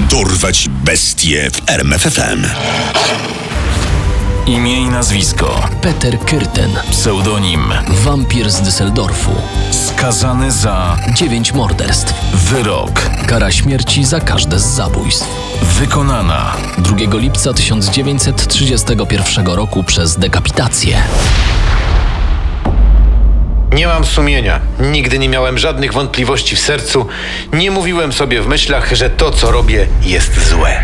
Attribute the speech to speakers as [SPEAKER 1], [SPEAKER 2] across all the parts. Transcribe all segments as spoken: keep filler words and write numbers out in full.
[SPEAKER 1] Dorwać bestie w R M F F M.
[SPEAKER 2] Imię i nazwisko:
[SPEAKER 3] Peter Kürten.
[SPEAKER 2] Pseudonim:
[SPEAKER 3] Wampir z Düsseldorfu.
[SPEAKER 2] Skazany za
[SPEAKER 3] dziewięć morderstw.
[SPEAKER 2] Wyrok:
[SPEAKER 3] Kara śmierci za każde z zabójstw.
[SPEAKER 2] Wykonana
[SPEAKER 3] drugiego lipca tysiąc dziewięćset trzydziestego pierwszego roku przez dekapitację.
[SPEAKER 4] Nie mam sumienia. Nigdy nie miałem żadnych wątpliwości w sercu. Nie mówiłem sobie w myślach, że to, co robię, jest złe.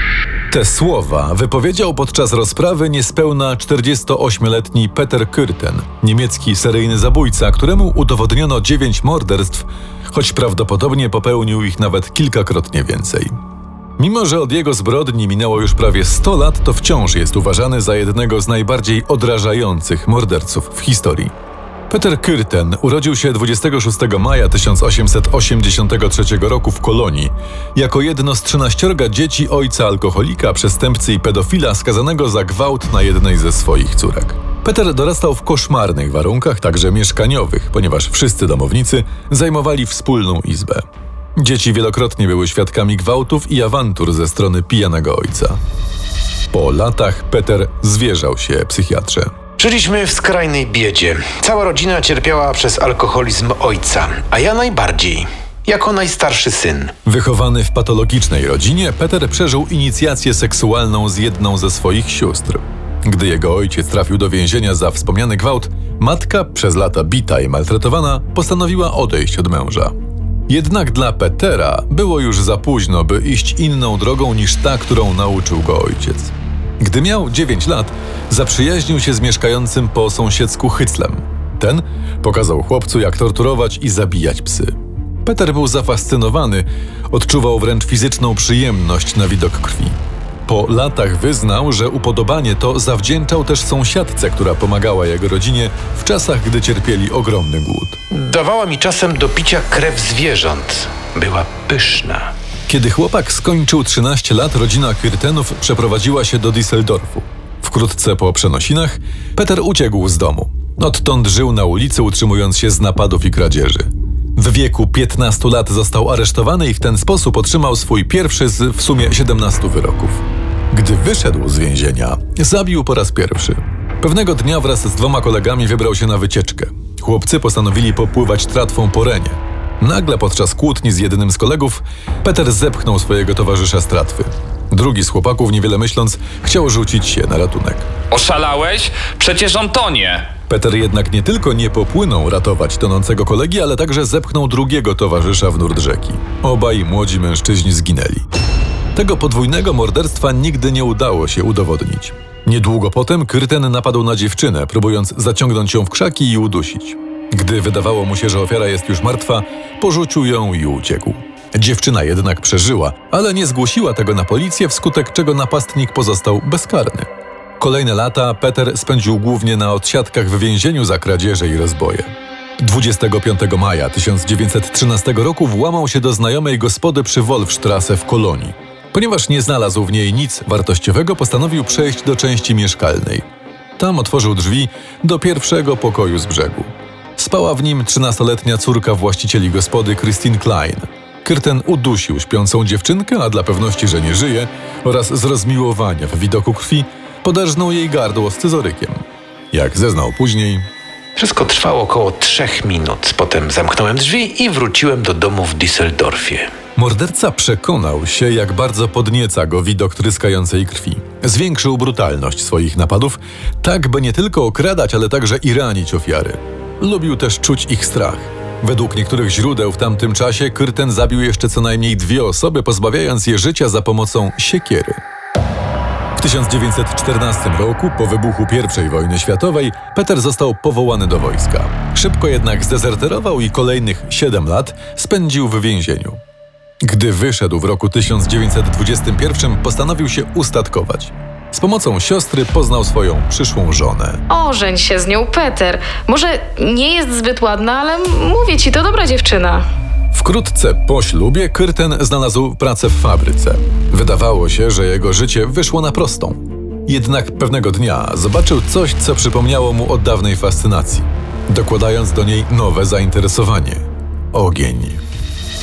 [SPEAKER 5] Te słowa wypowiedział podczas rozprawy niespełna czterdziestoośmioletni Peter Kürten, niemiecki seryjny zabójca, któremu udowodniono dziewięć morderstw, choć prawdopodobnie popełnił ich nawet kilkakrotnie więcej. Mimo że od jego zbrodni minęło już prawie sto lat, to wciąż jest uważany za jednego z najbardziej odrażających morderców w historii. Peter Kürten urodził się dwudziestego szóstego maja tysiąc osiemset osiemdziesiątego trzeciego roku w Kolonii jako jedno z trzynaściorga dzieci ojca alkoholika, przestępcy i pedofila skazanego za gwałt na jednej ze swoich córek. Peter dorastał w koszmarnych warunkach, także mieszkaniowych, ponieważ wszyscy domownicy zajmowali wspólną izbę. Dzieci wielokrotnie były świadkami gwałtów i awantur ze strony pijanego ojca. Po latach Peter zwierzał się psychiatrze.
[SPEAKER 4] Żyliśmy w skrajnej biedzie. Cała rodzina cierpiała przez alkoholizm ojca, a ja najbardziej, jako najstarszy syn.
[SPEAKER 5] Wychowany w patologicznej rodzinie, Peter przeżył inicjację seksualną z jedną ze swoich sióstr. Gdy jego ojciec trafił do więzienia za wspomniany gwałt, matka, przez lata bita i maltretowana, postanowiła odejść od męża. Jednak dla Petera było już za późno, by iść inną drogą niż ta, którą nauczył go ojciec. Gdy miał dziewięć lat, zaprzyjaźnił się z mieszkającym po sąsiedzku Hyclem. Ten pokazał chłopcu, jak torturować i zabijać psy. Peter był zafascynowany, odczuwał wręcz fizyczną przyjemność na widok krwi. Po latach wyznał, że upodobanie to zawdzięczał też sąsiadce, która pomagała jego rodzinie w czasach, gdy cierpieli ogromny głód.
[SPEAKER 4] Dawała mi czasem do picia krew zwierząt. Była pyszna.
[SPEAKER 5] Kiedy chłopak skończył trzynaście lat, rodzina Kürtenów przeprowadziła się do Düsseldorfu. Wkrótce po przenosinach Peter uciekł z domu. Odtąd żył na ulicy, utrzymując się z napadów i kradzieży. W wieku piętnastu lat został aresztowany i w ten sposób otrzymał swój pierwszy z w sumie siedemnastu wyroków. Gdy wyszedł z więzienia, zabił po raz pierwszy. Pewnego dnia wraz z dwoma kolegami wybrał się na wycieczkę. Chłopcy postanowili popływać tratwą po Renie. Nagle podczas kłótni z jednym z kolegów Peter zepchnął swojego towarzysza z tratwy. Drugi z chłopaków, niewiele myśląc, chciał rzucić się na ratunek.
[SPEAKER 6] Oszalałeś? Przecież on tonie!
[SPEAKER 5] Peter jednak nie tylko nie popłynął ratować tonącego kolegi, ale także zepchnął drugiego towarzysza w nurt rzeki. Obaj młodzi mężczyźni zginęli. Tego podwójnego morderstwa nigdy nie udało się udowodnić. Niedługo potem Kürten napadł na dziewczynę, próbując zaciągnąć ją w krzaki i udusić. Gdy wydawało mu się, że ofiara jest już martwa, porzucił ją i uciekł. Dziewczyna jednak przeżyła, ale nie zgłosiła tego na policję, wskutek czego napastnik pozostał bezkarny. Kolejne lata Peter spędził głównie na odsiadkach w więzieniu za kradzieże i rozboje. dwudziestego piątego maja tysiąc dziewięćset trzynastego roku włamał się do znajomej gospody przy Wolfstrasse w Kolonii. Ponieważ nie znalazł w niej nic wartościowego, postanowił przejść do części mieszkalnej. Tam otworzył drzwi do pierwszego pokoju z brzegu. Spała w nim trzynastoletnia córka właścicieli gospody Christine Klein. Kürten udusił śpiącą dziewczynkę, a dla pewności, że nie żyje, oraz z rozmiłowania w widoku krwi poderżnął jej gardło scyzorykiem. Jak zeznał później,
[SPEAKER 4] Wszystko trwało około trzech minut. Potem zamknąłem drzwi i wróciłem do domu w Düsseldorfie.
[SPEAKER 5] morderca przekonał się, jak bardzo podnieca go widok tryskającej krwi. Zwiększył brutalność swoich napadów, tak by nie tylko okradać, ale także i ranić ofiary. Lubił też czuć ich strach. Według niektórych źródeł w tamtym czasie Kürten zabił jeszcze co najmniej dwie osoby, pozbawiając je życia za pomocą siekiery. W tysiąc dziewięćset czternastym roku, po wybuchu pierwszej wojny światowej, Peter został powołany do wojska. Szybko jednak zdezerterował i kolejnych siedem lat spędził w więzieniu. Gdy wyszedł w roku tysiąc dziewięćset dwudziestym pierwszym, postanowił się ustatkować. Z pomocą siostry poznał swoją przyszłą żonę.
[SPEAKER 7] Ożeń się z nią, Peter. Może nie jest zbyt ładna, ale mówię ci, to dobra dziewczyna.
[SPEAKER 5] Wkrótce po ślubie Kürten znalazł pracę w fabryce. Wydawało się, że jego życie wyszło na prostą. Jednak pewnego dnia zobaczył coś, co przypomniało mu o dawnej fascynacji, dokładając do niej nowe zainteresowanie – ogień.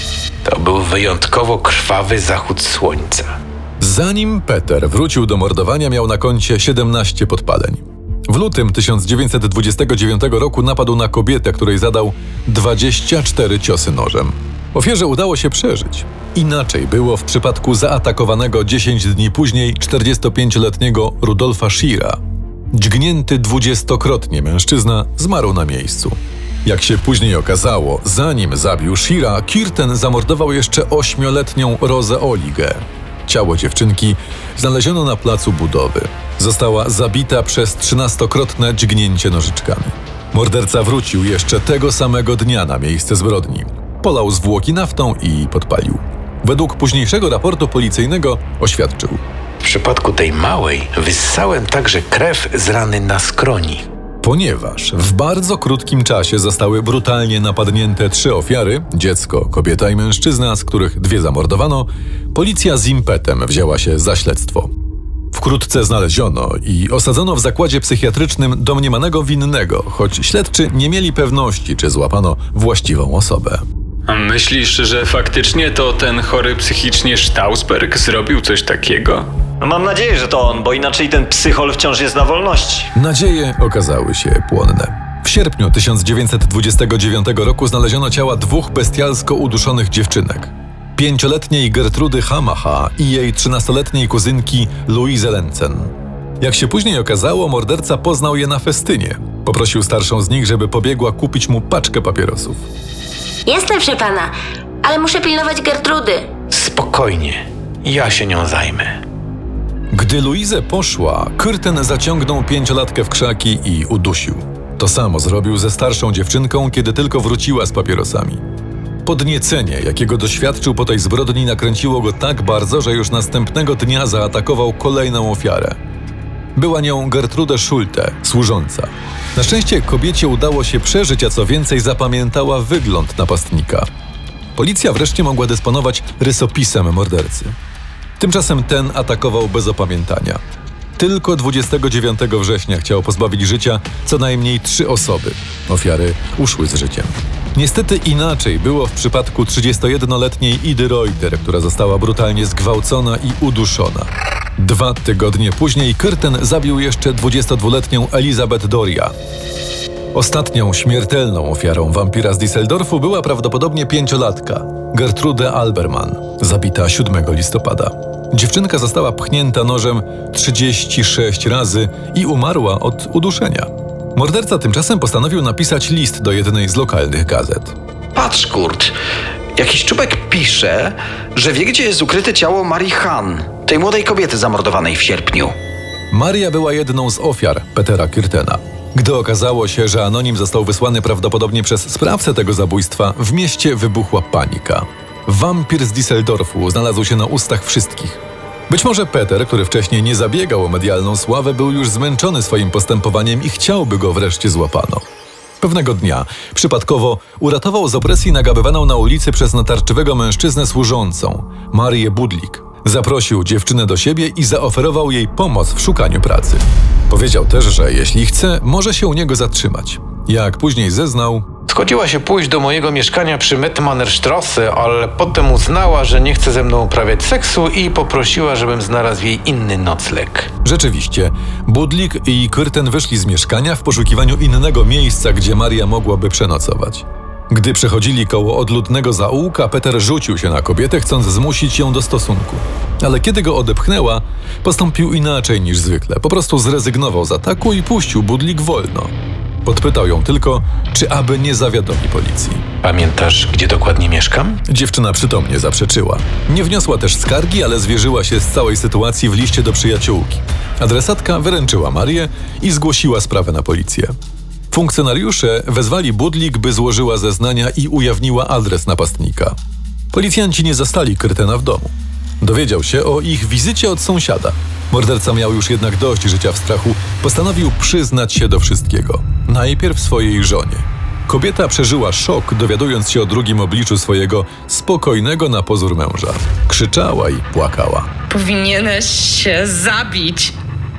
[SPEAKER 4] To był wyjątkowo krwawy zachód słońca.
[SPEAKER 5] Zanim Peter wrócił do mordowania, miał na koncie siedemnaście podpaleń. W lutym tysiąc dziewięćset dwudziestego dziewiątego roku napadł na kobietę, której zadał dwadzieścia cztery ciosy nożem. Ofierze udało się przeżyć. Inaczej było w przypadku zaatakowanego dziesięć dni później czterdziestopięcioletniego Rudolfa Sheara. Dźgnięty dwudziestokrotnie mężczyzna zmarł na miejscu. Jak się później okazało, zanim zabił Sheara, Kürten zamordował jeszcze ośmioletnią Rosę Oligę. Ciało dziewczynki znaleziono na placu budowy. Została zabita przez trzynastokrotne dźgnięcie nożyczkami. Morderca wrócił jeszcze tego samego dnia na miejsce zbrodni. Polał zwłoki naftą i podpalił. Według późniejszego raportu policyjnego oświadczył:
[SPEAKER 4] W przypadku tej małej wyssałem także krew z rany na skroni.
[SPEAKER 5] Ponieważ w bardzo krótkim czasie zostały brutalnie napadnięte trzy ofiary, dziecko, kobieta i mężczyzna, z których dwie zamordowano, policja z impetem wzięła się za śledztwo. Wkrótce znaleziono i osadzono w zakładzie psychiatrycznym domniemanego winnego, choć śledczy nie mieli pewności, czy złapano właściwą osobę.
[SPEAKER 6] A myślisz, że faktycznie to ten chory psychicznie Stausberg zrobił coś takiego?
[SPEAKER 8] No mam nadzieję, że to on, bo inaczej ten psychol wciąż jest na wolności.
[SPEAKER 5] Nadzieje okazały się płonne. W sierpniu tysiąc dziewięćset dwudziestego dziewiątego roku znaleziono ciała dwóch bestialsko uduszonych dziewczynek. Pięcioletniej Gertrudy Hamacha i jej trzynastoletniej kuzynki Louise Lenzen. Jak się później okazało, morderca poznał je na festynie. Poprosił starszą z nich, żeby pobiegła kupić mu paczkę papierosów.
[SPEAKER 9] Jestem, proszę pana, ale muszę pilnować Gertrudy.
[SPEAKER 4] Spokojnie, ja się nią zajmę.
[SPEAKER 5] Gdy Louise poszła, Kürten zaciągnął pięciolatkę w krzaki i udusił. To samo zrobił ze starszą dziewczynką, kiedy tylko wróciła z papierosami. Podniecenie, jakiego doświadczył po tej zbrodni, nakręciło go tak bardzo, że już następnego dnia zaatakował kolejną ofiarę. Była nią Gertrude Schulte, służąca. Na szczęście kobiecie udało się przeżyć, a co więcej zapamiętała wygląd napastnika. Policja wreszcie mogła dysponować rysopisem mordercy. Tymczasem ten atakował bez opamiętania. Tylko dwudziestego dziewiątego września chciał pozbawić życia co najmniej trzy osoby. Ofiary uszły z życiem. Niestety inaczej było w przypadku trzydziestojednoletniej Idy Reuter, która została brutalnie zgwałcona i uduszona. Dwa tygodnie później Kürten zabił jeszcze dwudziestodwuletnią Elisabeth Doria. Ostatnią śmiertelną ofiarą wampira z Düsseldorfu była prawdopodobnie pięciolatka, Gertrude Alberman, zabita siódmego listopada. Dziewczynka została pchnięta nożem trzydzieści sześć razy i umarła od uduszenia. Morderca tymczasem postanowił napisać list do jednej z lokalnych gazet.
[SPEAKER 10] Patrz, Kurt, jakiś czubek pisze, że wie, gdzie jest ukryte ciało Marii Hahn, tej młodej kobiety zamordowanej w sierpniu.
[SPEAKER 5] Maria była jedną z ofiar Petera Kürtena. Gdy okazało się, że anonim został wysłany prawdopodobnie przez sprawcę tego zabójstwa, w mieście wybuchła panika. Wampir z Düsseldorfu znalazł się na ustach wszystkich. Być może Peter, który wcześniej nie zabiegał o medialną sławę, był już zmęczony swoim postępowaniem i chciałby go wreszcie złapano. Pewnego dnia przypadkowo uratował z opresji nagabywaną na ulicy przez natarczywego mężczyznę służącą, Marię Budlik. Zaprosił dziewczynę do siebie i zaoferował jej pomoc w szukaniu pracy. Powiedział też, że jeśli chce, może się u niego zatrzymać. Jak później zeznał,
[SPEAKER 4] Zgodziła się pójść do mojego mieszkania przy Mettmannerstrasse, ale potem uznała, że nie chce ze mną uprawiać seksu i poprosiła, żebym znalazł jej inny nocleg.
[SPEAKER 5] Rzeczywiście, Budlik i Kürten wyszli z mieszkania w poszukiwaniu innego miejsca, gdzie Maria mogłaby przenocować. Gdy przechodzili koło odludnego zaułka, Peter rzucił się na kobietę, chcąc zmusić ją do stosunku. Ale kiedy go odepchnęła, postąpił inaczej niż zwykle. Po prostu zrezygnował z ataku i puścił Budlik wolno. Podpytał ją tylko, czy aby nie zawiadomi policji.
[SPEAKER 4] Pamiętasz, gdzie dokładnie mieszkam?
[SPEAKER 5] Dziewczyna przytomnie zaprzeczyła. Nie wniosła też skargi, ale zwierzyła się z całej sytuacji w liście do przyjaciółki. Adresatka wyręczyła Marię i zgłosiła sprawę na policję. Funkcjonariusze wezwali Budlik, by złożyła zeznania i ujawniła adres napastnika. Policjanci nie zastali Kürtena w domu. Dowiedział się o ich wizycie od sąsiada. Morderca miał już jednak dość życia w strachu. Postanowił przyznać się do wszystkiego. Najpierw swojej żonie. Kobieta przeżyła szok, dowiadując się o drugim obliczu swojego spokojnego na pozór męża. Krzyczała i płakała.
[SPEAKER 11] Powinieneś się zabić.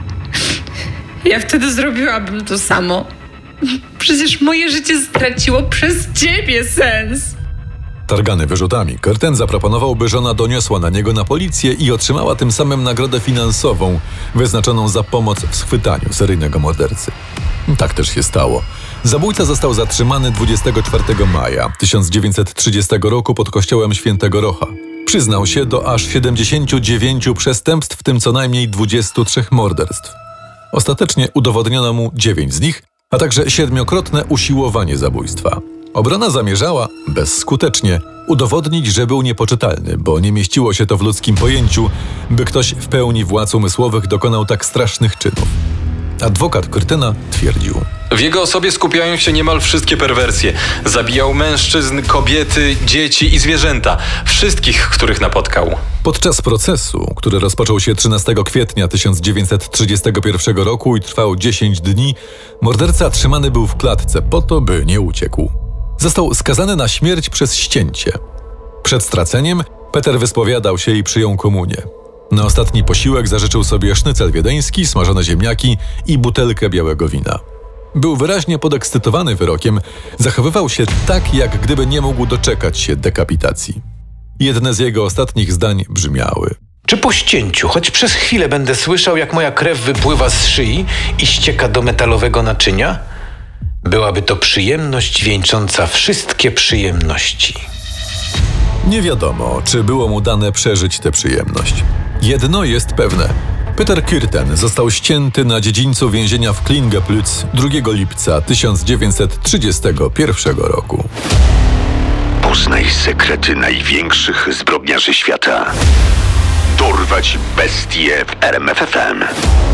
[SPEAKER 11] Ja wtedy zrobiłabym to samo. Przecież moje życie straciło przez ciebie sens.
[SPEAKER 5] Targany wyrzutami, Kürten zaproponował, by żona doniosła na niego na policję i otrzymała tym samym nagrodę finansową wyznaczoną za pomoc w schwytaniu seryjnego mordercy. Tak też się stało. Zabójca został zatrzymany dwudziestego czwartego maja tysiąc dziewięćset trzydziestego roku pod kościołem Świętego Rocha. Przyznał się do aż siedemdziesięciu dziewięciu przestępstw, w tym co najmniej dwudziestu trzech morderstw. Ostatecznie udowodniono mu dziewięć z nich, a także siedmiokrotne usiłowanie zabójstwa. Obrona zamierzała, bezskutecznie, udowodnić, że był niepoczytalny, bo nie mieściło się to w ludzkim pojęciu, by ktoś w pełni władz umysłowych dokonał tak strasznych czynów. Adwokat Kürtena twierdził:
[SPEAKER 6] w jego osobie skupiają się niemal wszystkie perwersje. Zabijał mężczyzn, kobiety, dzieci i zwierzęta. Wszystkich, których napotkał.
[SPEAKER 5] Podczas procesu, który rozpoczął się trzynastego kwietnia tysiąc dziewięćset trzydziestego pierwszego roku i trwał dziesięć dni, morderca trzymany był w klatce po to, by nie uciekł. Został skazany na śmierć przez ścięcie. Przed straceniem Peter wyspowiadał się i przyjął komunię. Na ostatni posiłek zażyczył sobie sznycel wiedeński, smażone ziemniaki i butelkę białego wina. Był wyraźnie podekscytowany wyrokiem, zachowywał się tak, jak gdyby nie mógł doczekać się dekapitacji. Jedne z jego ostatnich zdań brzmiały:
[SPEAKER 4] Czy po ścięciu, choć przez chwilę będę słyszał, jak moja krew wypływa z szyi i ścieka do metalowego naczynia? Byłaby to przyjemność wieńcząca wszystkie przyjemności.
[SPEAKER 5] Nie wiadomo, czy było mu dane przeżyć tę przyjemność. Jedno jest pewne. Peter Kürten został ścięty na dziedzińcu więzienia w Klingeplütz drugiego lipca tysiąc dziewięćset trzydziestego pierwszego roku.
[SPEAKER 1] Poznaj sekrety największych zbrodniarzy świata. Dorwać bestie w R M F F M.